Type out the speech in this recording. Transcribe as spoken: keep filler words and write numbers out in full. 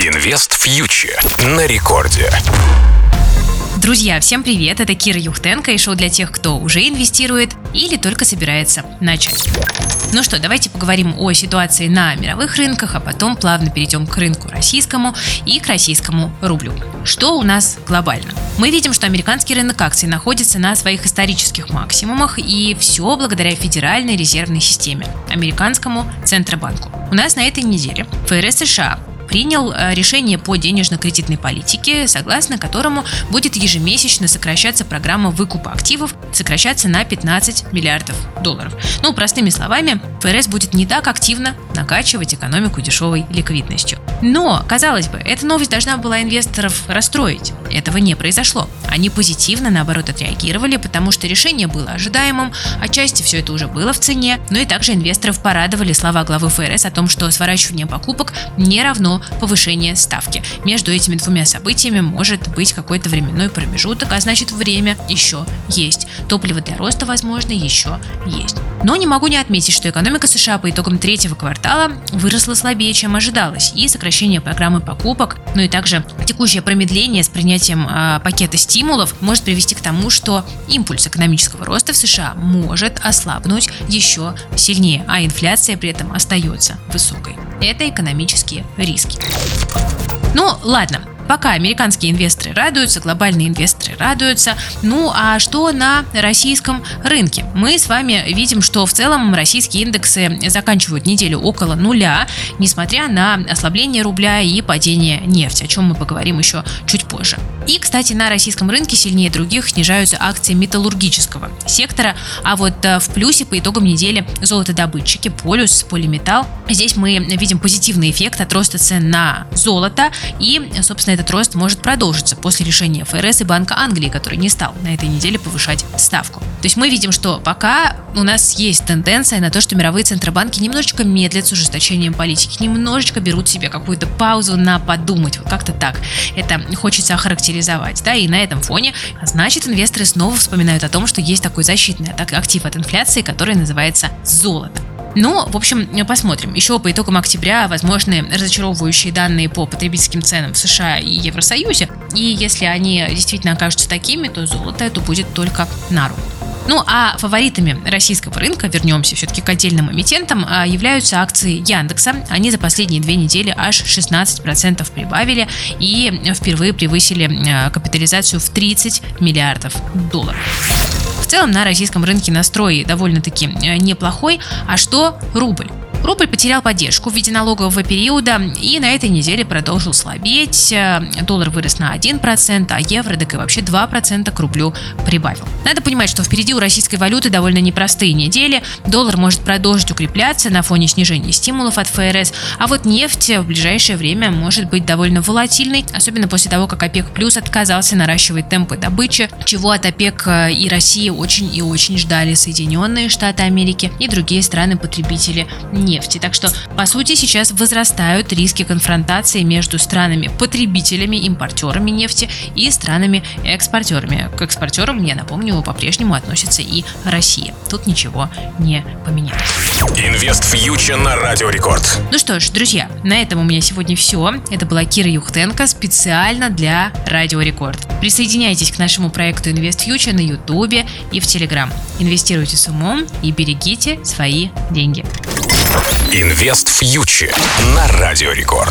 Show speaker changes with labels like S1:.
S1: Инвест Фьючер на рекорде.
S2: Друзья, всем привет! Это Кира Юхтенко и шоу для тех, кто уже инвестирует или только собирается начать. Ну что, давайте поговорим о ситуации на мировых рынках, а потом плавно перейдем к рынку российскому и к российскому рублю. Что у нас глобально? Мы видим, что американский рынок акций находится на своих исторических максимумах, и все благодаря Федеральной резервной системе, американскому Центробанку. У нас на этой неделе ФРС США принял решение по денежно-кредитной политике, согласно которому будет ежемесячно сокращаться программа выкупа активов, сокращаться на пятнадцать миллиардов долларов. Ну, простыми словами, ФРС будет не так активно накачивать экономику дешевой ликвидностью. Но, казалось бы, эта новость должна была инвесторов расстроить. Этого не произошло. Они позитивно, наоборот, отреагировали, потому что решение было ожидаемым, отчасти все это уже было в цене, но и также инвесторов порадовали слова главы ФРС о том, что сворачивание покупок не равно повышение ставки. Между этими двумя событиями может быть какой-то временной промежуток, а значит, время еще есть. Топливо для роста, возможно, еще есть. Но не могу не отметить, что экономика США по итогам третьего квартала выросла слабее, чем ожидалось, и сокращение программы покупок, ну и также текущее промедление с принятием э, пакета стимулов может привести к тому, что импульс экономического роста в США может ослабнуть еще сильнее, а инфляция при этом остается высокой. Это экономические риски. Ну, ладно. Пока американские инвесторы радуются, глобальные инвесторы радуются. Ну а что на российском рынке? Мы с вами видим, что в целом российские индексы заканчивают неделю около нуля, несмотря на ослабление рубля и падение нефти, о чем мы поговорим еще чуть позже. И, кстати, на российском рынке сильнее других снижаются акции металлургического сектора, а вот в плюсе по итогам недели золотодобытчики, Полюс, Полиметалл. Здесь мы видим позитивный эффект от роста цен на золото, и, собственно, этот рост может продолжиться после решения ФРС и Банка Англии, который не стал на этой неделе повышать ставку. То есть мы видим, что пока у нас есть тенденция на то, что мировые центробанки немножечко медлят с ужесточением политики, немножечко берут себе какую-то паузу на подумать, вот как-то так это хочется охарактеризовать, да, и на этом фоне, значит, инвесторы снова вспоминают о том, что есть такой защитный актив от инфляции, который называется золото. Ну, в общем, посмотрим. Еще по итогам октября возможны разочаровывающие данные по потребительским ценам в США и Евросоюзе. И если они действительно окажутся такими, то золото это будет только на руку. Ну а фаворитами российского рынка, вернемся все-таки к отдельным эмитентам, являются акции Яндекса. Они за последние две недели аж шестнадцать процентов прибавили и впервые превысили капитализацию в тридцать миллиардов долларов. В целом на российском рынке настрой довольно-таки неплохой. А что рубль? Рубль потерял поддержку в виде налогового периода и на этой неделе продолжил слабеть. Доллар вырос на один процент, а евро, так и вообще два процента к рублю прибавил. Надо понимать, что впереди у российской валюты довольно непростые недели. Доллар может продолжить укрепляться на фоне снижения стимулов от ФРС, а вот нефть в ближайшее время может быть довольно волатильной, особенно после того, как ОПЕК плюс отказался наращивать темпы добычи, чего от ОПЕК и России очень и очень ждали Соединенные Штаты Америки и другие страны-потребители нефти. нефти. Так что, по сути, сейчас возрастают риски конфронтации между странами-потребителями, импортерами нефти и странами-экспортерами. К экспортерам, я напомню, по-прежнему относится и Россия. Тут ничего не поменялось.
S1: Инвест Фьючер на Радио Рекорд.
S2: Ну что ж, друзья, на этом у меня сегодня все. Это была Кира Юхтенко специально для Радио Рекорд. Присоединяйтесь к нашему проекту Инвест Фьючер на Ютубе и в Телеграм. Инвестируйте с умом и берегите свои деньги.
S1: Инвест Фьючер на Радио Рекорд.